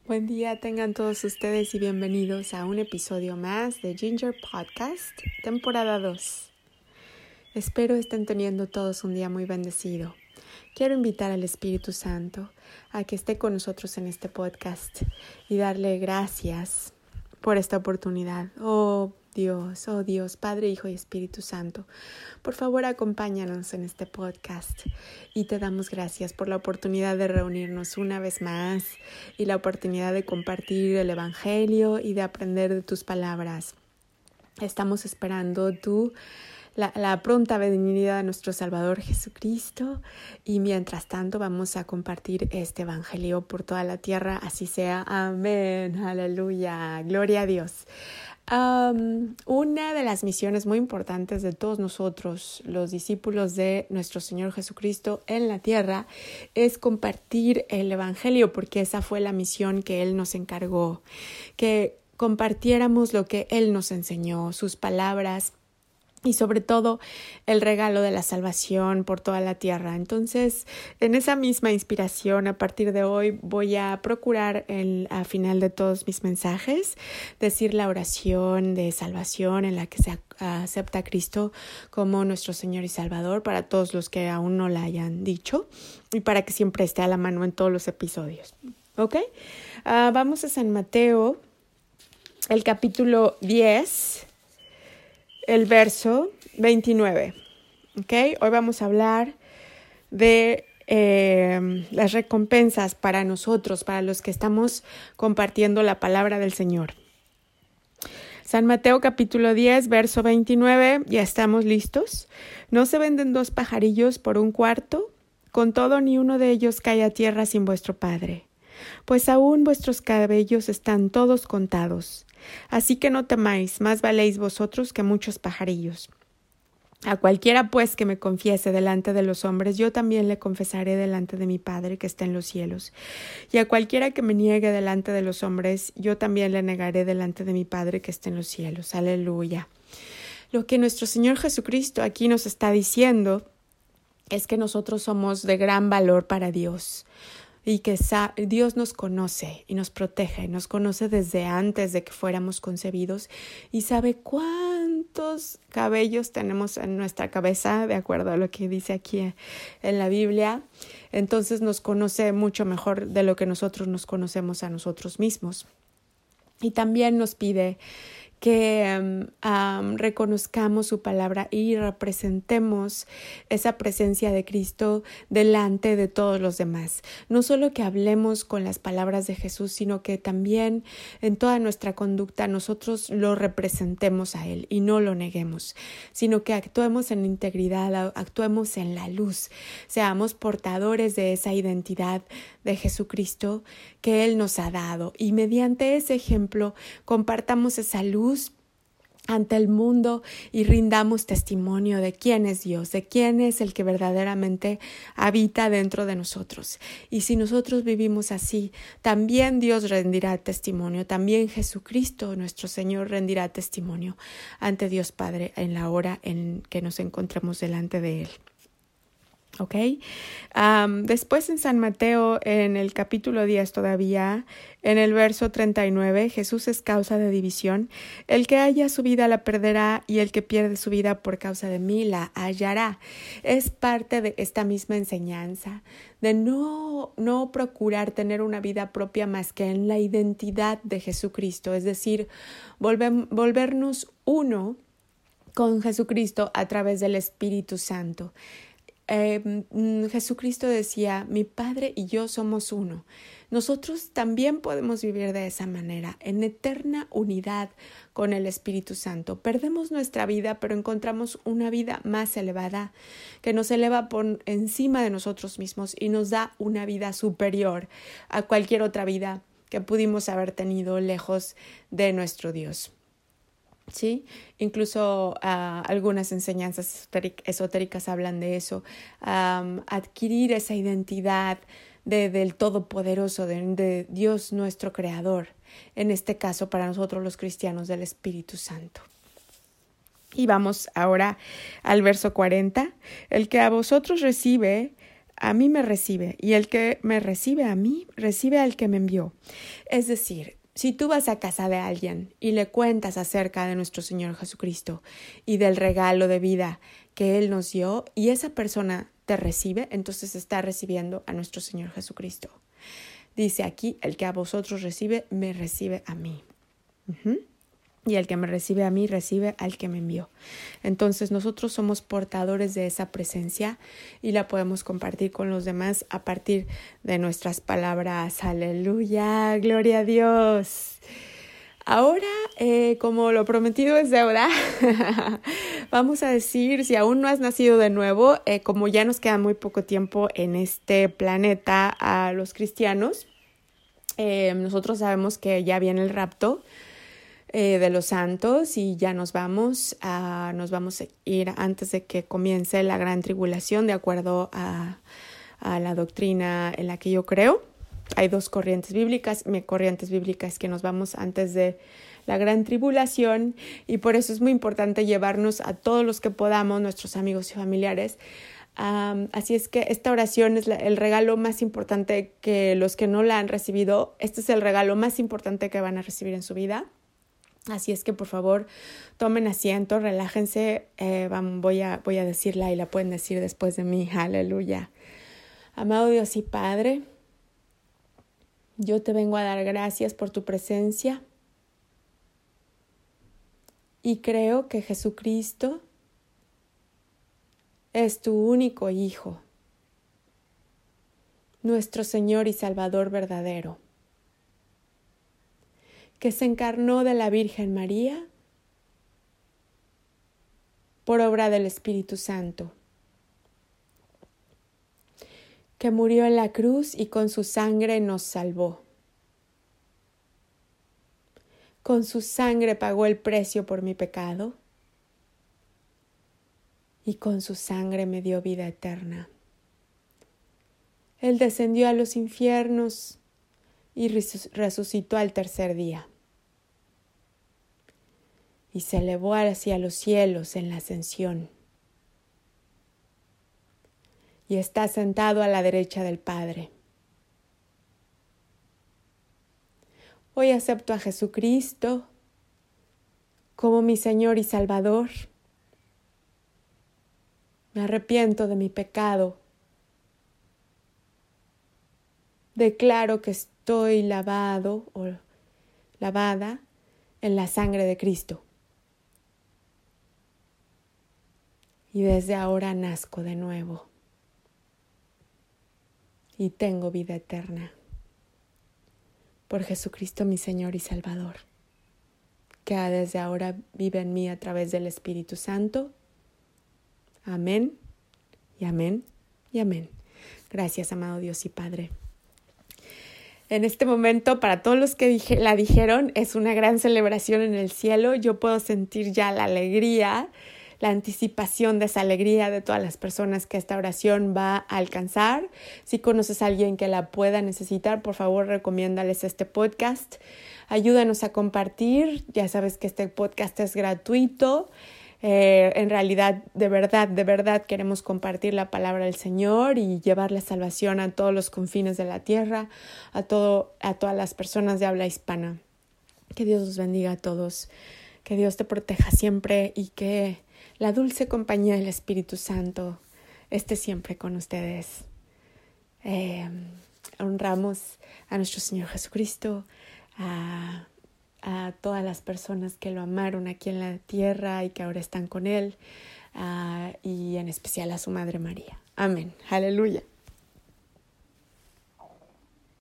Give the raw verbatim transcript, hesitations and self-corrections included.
Buen día tengan todos ustedes y bienvenidos a un episodio más de Ginger Podcast, temporada dos. Espero estén teniendo todos un día muy bendecido. Quiero invitar al Espíritu Santo a que esté con nosotros en este podcast y darle gracias por esta oportunidad. Oh Dios, oh Dios, Padre, Hijo y Espíritu Santo, por favor acompáñanos en este podcast y te damos gracias por la oportunidad de reunirnos una vez más y la oportunidad de compartir el Evangelio y de aprender de tus palabras. Estamos esperando tu La, la pronta venida de nuestro Salvador Jesucristo y mientras tanto vamos a compartir este evangelio por toda la tierra, así sea. Amén, aleluya, gloria a Dios. Um, una de las misiones muy importantes de todos nosotros, los discípulos de nuestro Señor Jesucristo en la tierra, es compartir el evangelio, porque esa fue la misión que Él nos encargó, que compartiéramos lo que Él nos enseñó, sus palabras, y sobre todo el regalo de la salvación por toda la tierra. Entonces, en esa misma inspiración, a partir de hoy voy a procurar el, al final de todos mis mensajes decir la oración de salvación en la que se acepta a Cristo como nuestro Señor y Salvador para todos los que aún no la hayan dicho y para que siempre esté a la mano en todos los episodios. ¿Ok? Uh, vamos a San Mateo, el capítulo diez. El verso veintinueve, ¿ok? Hoy vamos a hablar de eh, las recompensas para nosotros, para los que estamos compartiendo la palabra del Señor. San Mateo capítulo diez, verso veintinueve, ya estamos listos. ¿No se venden dos pajarillos por un cuarto? Con todo, ni uno de ellos cae a tierra sin vuestro Padre. Pues aún vuestros cabellos están todos contados. Así que no temáis, más valéis vosotros que muchos pajarillos. A cualquiera pues que me confiese delante de los hombres, yo también le confesaré delante de mi Padre que está en los cielos. Y a cualquiera que me niegue delante de los hombres, yo también le negaré delante de mi Padre que está en los cielos. Aleluya. Lo que nuestro Señor Jesucristo aquí nos está diciendo es que nosotros somos de gran valor para Dios. Y que Dios nos conoce y nos protege, nos conoce desde antes de que fuéramos concebidos y sabe cuántos cabellos tenemos en nuestra cabeza, de acuerdo a lo que dice aquí en la Biblia. Entonces nos conoce mucho mejor de lo que nosotros nos conocemos a nosotros mismos. Y también nos pide que um, um, reconozcamos su palabra y representemos esa presencia de Cristo delante de todos los demás. No solo que hablemos con las palabras de Jesús, sino que también en toda nuestra conducta nosotros lo representemos a Él y no lo neguemos, sino que actuemos en integridad, actuemos en la luz, seamos portadores de esa identidad de Jesucristo que Él nos ha dado y mediante ese ejemplo compartamos esa luz ante el mundo y rindamos testimonio de quién es Dios, de quién es el que verdaderamente habita dentro de nosotros. Y si nosotros vivimos así, también Dios rendirá testimonio, también Jesucristo, nuestro Señor, rendirá testimonio ante Dios Padre en la hora en que nos encontremos delante de Él. ¿Ok? Um, después en San Mateo, en el capítulo diez todavía, en el verso treinta y nueve, Jesús es causa de división. El que haya su vida la perderá y el que pierde su vida por causa de mí la hallará. Es parte de esta misma enseñanza de no, no procurar tener una vida propia más que en la identidad de Jesucristo, es decir, volver, volvernos uno con Jesucristo a través del Espíritu Santo. Eh, Jesucristo decía, mi Padre y yo somos uno. Nosotros también podemos vivir de esa manera, en eterna unidad con el Espíritu Santo. Perdemos nuestra vida, pero encontramos una vida más elevada, que nos eleva por encima de nosotros mismos y nos da una vida superior a cualquier otra vida que pudimos haber tenido lejos de nuestro Dios. ¿Sí? Incluso uh, algunas enseñanzas esotéricas hablan de eso, um, adquirir esa identidad de, del Todopoderoso, de, de Dios nuestro Creador, en este caso para nosotros los cristianos del Espíritu Santo. Y vamos ahora al verso cuarenta, el que a vosotros recibe, a mí me recibe, y el que me recibe a mí, recibe al que me envió. Es decir, si tú vas a casa de alguien y le cuentas acerca de nuestro Señor Jesucristo y del regalo de vida que Él nos dio, y esa persona te recibe, entonces está recibiendo a nuestro Señor Jesucristo. Dice aquí, el que a vosotros recibe, me recibe a mí. Uh-huh. Y el que me recibe a mí, recibe al que me envió. Entonces nosotros somos portadores de esa presencia y la podemos compartir con los demás a partir de nuestras palabras. Aleluya, gloria a Dios. Ahora, eh, como lo prometido es deuda, vamos a decir, si aún no has nacido de nuevo, eh, como ya nos queda muy poco tiempo en este planeta a los cristianos, eh, nosotros sabemos que ya viene el rapto Eh, de los santos y ya nos vamos a, nos vamos a ir antes de que comience la gran tribulación, de acuerdo a, a la doctrina en la que yo creo. Hay dos corrientes bíblicas. Mi corriente bíblica es que nos vamos antes de la gran tribulación, y por eso es muy importante llevarnos a todos los que podamos, nuestros amigos y familiares. Um, así es que esta oración es la, el regalo más importante que los que no la han recibido, este es el regalo más importante que van a recibir en su vida. Así es que por favor tomen asiento, relájense, eh, voy, a, voy a decirla y la pueden decir después de mí. Aleluya. Amado Dios y Padre, yo te vengo a dar gracias por tu presencia y creo que Jesucristo es tu único Hijo, nuestro Señor y Salvador verdadero, que se encarnó de la Virgen María por obra del Espíritu Santo, que murió en la cruz y con su sangre nos salvó. Con su sangre pagó el precio por mi pecado y con su sangre me dio vida eterna. Él descendió a los infiernos y resucitó al tercer día. Y se elevó hacia los cielos en la ascensión. Y está sentado a la derecha del Padre. Hoy acepto a Jesucristo como mi Señor y Salvador. Me arrepiento de mi pecado. Declaro que estoy lavado o lavada en la sangre de Cristo. Y desde ahora nazco de nuevo. Y tengo vida eterna. Por Jesucristo mi Señor y Salvador, que desde ahora vive en mí a través del Espíritu Santo. Amén, y amén, y amén. Gracias, amado Dios y Padre. En este momento, para todos los que dije, la dijeron, es una gran celebración en el cielo. Yo puedo sentir ya la alegría, la anticipación de esa alegría de todas las personas que esta oración va a alcanzar. Si conoces a alguien que la pueda necesitar, por favor, recomiéndales este podcast. Ayúdanos a compartir. Ya sabes que este podcast es gratuito. Eh, en realidad, de verdad, de verdad queremos compartir la palabra del Señor y llevar la salvación a todos los confines de la tierra, a, todo, a todas las personas de habla hispana. Que Dios los bendiga a todos, que Dios te proteja siempre y que la dulce compañía del Espíritu Santo esté siempre con ustedes. Eh, honramos a nuestro Señor Jesucristo, a a todas las personas que lo amaron aquí en la tierra y que ahora están con Él, uh, y en especial a su Madre María. Amén. Aleluya.